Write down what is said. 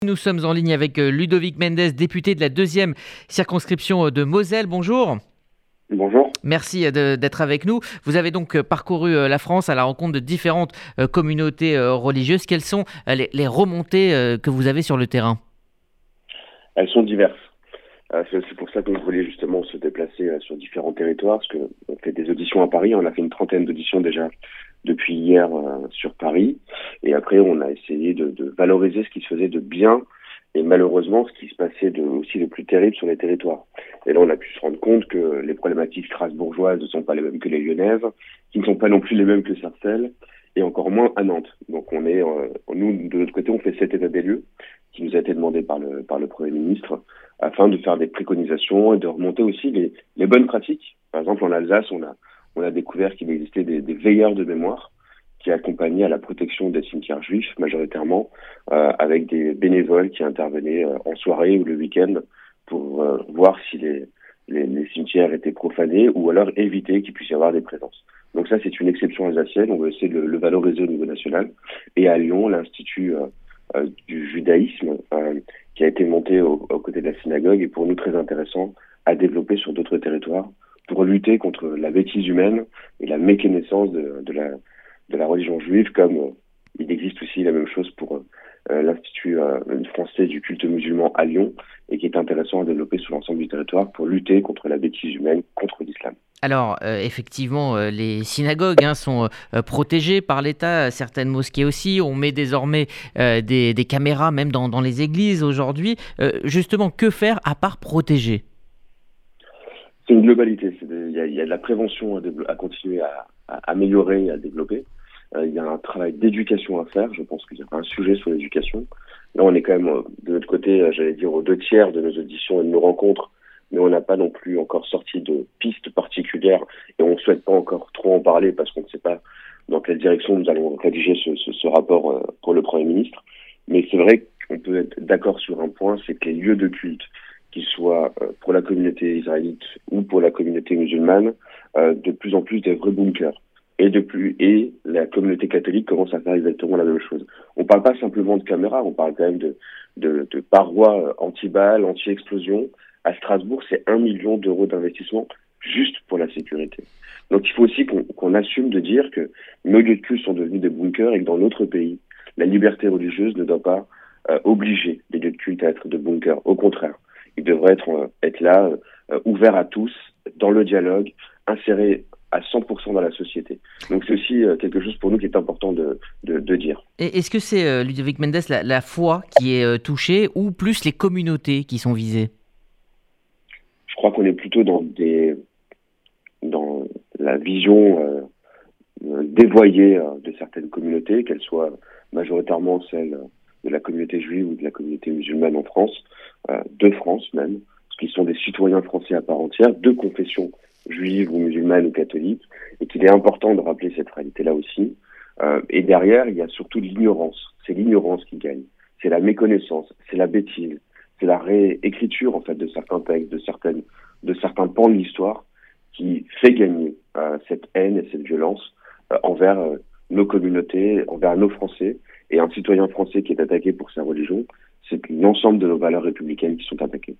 Nous sommes en ligne avec Ludovic Mendes, député de la 2e circonscription de Moselle. Bonjour. Bonjour. Merci d'être avec nous. Vous avez donc parcouru la France à la rencontre de différentes communautés religieuses. Quelles sont les remontées que vous avez sur le terrain ? Elles sont diverses. C'est aussi pour ça qu'on voulait justement se déplacer sur différents territoires, parce qu'on fait des auditions à Paris. On a fait une trentaine d'auditions déjà depuis hier sur Paris. Et après, on a essayé de valoriser ce qui se faisait de bien et malheureusement ce qui se passait aussi de plus terrible sur les territoires. Et là, on a pu se rendre compte que les problématiques strasbourgeoises ne sont pas les mêmes que les lyonnaises, qui ne sont pas non plus les mêmes que Sarcelles, et encore moins à Nantes. Donc nous, de notre côté, on fait cet état des lieux qui nous a été demandé par le Premier ministre, afin de faire des préconisations et de remonter aussi les bonnes pratiques. Par exemple, en Alsace, on a découvert qu'il existait des veilleurs de mémoire qui accompagnaient à la protection des cimetières juifs, majoritairement, avec des bénévoles qui intervenaient en soirée ou le week-end pour voir si les cimetières étaient profanés ou alors éviter qu'il puisse y avoir des présences. Donc ça, c'est une exception alsacienne. On veut essayer de le valoriser au niveau national. Et à Lyon, l'Institut du judaïsme qui a été monté aux côtés de la synagogue est pour nous très intéressant à développer sur d'autres territoires pour lutter contre la bêtise humaine et la méconnaissance de la religion juive, comme il existe aussi la même chose pour l'Institut français du culte musulman à Lyon, et qui est intéressant à développer sur l'ensemble du territoire pour lutter contre la bêtise humaine, contre l'islam. Alors, effectivement, les synagogues sont protégées par l'État, certaines mosquées aussi. On met désormais des caméras même dans les églises aujourd'hui. Justement, que faire à part protéger ? C'est une globalité. Il y a de la prévention à continuer à améliorer et à développer. Il y a un travail d'éducation à faire. Je pense qu'il y a un sujet sur l'éducation. Là, on est quand même, de notre côté, j'allais dire, aux 2/3 de nos auditions et de nos rencontres, mais on n'a pas non plus encore sorti de pistes particulières et on ne souhaite pas encore trop en parler parce qu'on ne sait pas dans quelle direction nous allons rédiger ce rapport pour le Premier ministre. Mais c'est vrai qu'on peut être d'accord sur un point, c'est que les lieux de culte, qu'ils soient pour la communauté israélite ou pour la communauté musulmane, de plus en plus des vrais bunkers. Et la communauté catholique commence à faire exactement la même chose. On ne parle pas simplement de caméras, on parle quand même de parois anti-balles, anti-explosion. À Strasbourg, c'est 1 million d'euros d'investissement juste pour la sécurité. Donc il faut aussi qu'on assume de dire que nos lieux de culte sont devenus des bunkers et que dans notre pays, la liberté religieuse ne doit pas obliger les lieux de culte à être de bunkers. Au contraire, ils devraient être là, ouverts à tous, dans le dialogue, insérés à 100% dans la société. Donc c'est aussi quelque chose pour nous qui est important de dire. Et est-ce que c'est, Ludovic Mendes, la foi qui est touchée ou plus les communautés qui sont visées ? Je crois qu'on est plutôt dans la vision dévoyée de certaines communautés, qu'elles soient majoritairement celles de la communauté juive ou de la communauté musulmane en France, de France même, parce qu'ils sont des citoyens français à part entière, de confession juive ou musulmane ou catholique, et qu'il est important de rappeler cette réalité-là aussi. Et derrière, il y a surtout l'ignorance. C'est l'ignorance qui gagne. C'est la méconnaissance, c'est la bêtise, c'est la réécriture en fait de certains textes, de certains pans de l'histoire qui fait gagner cette haine et cette violence envers nos communautés, envers nos Français. Et un citoyen français qui est attaqué pour sa religion, c'est l'ensemble de nos valeurs républicaines qui sont attaquées.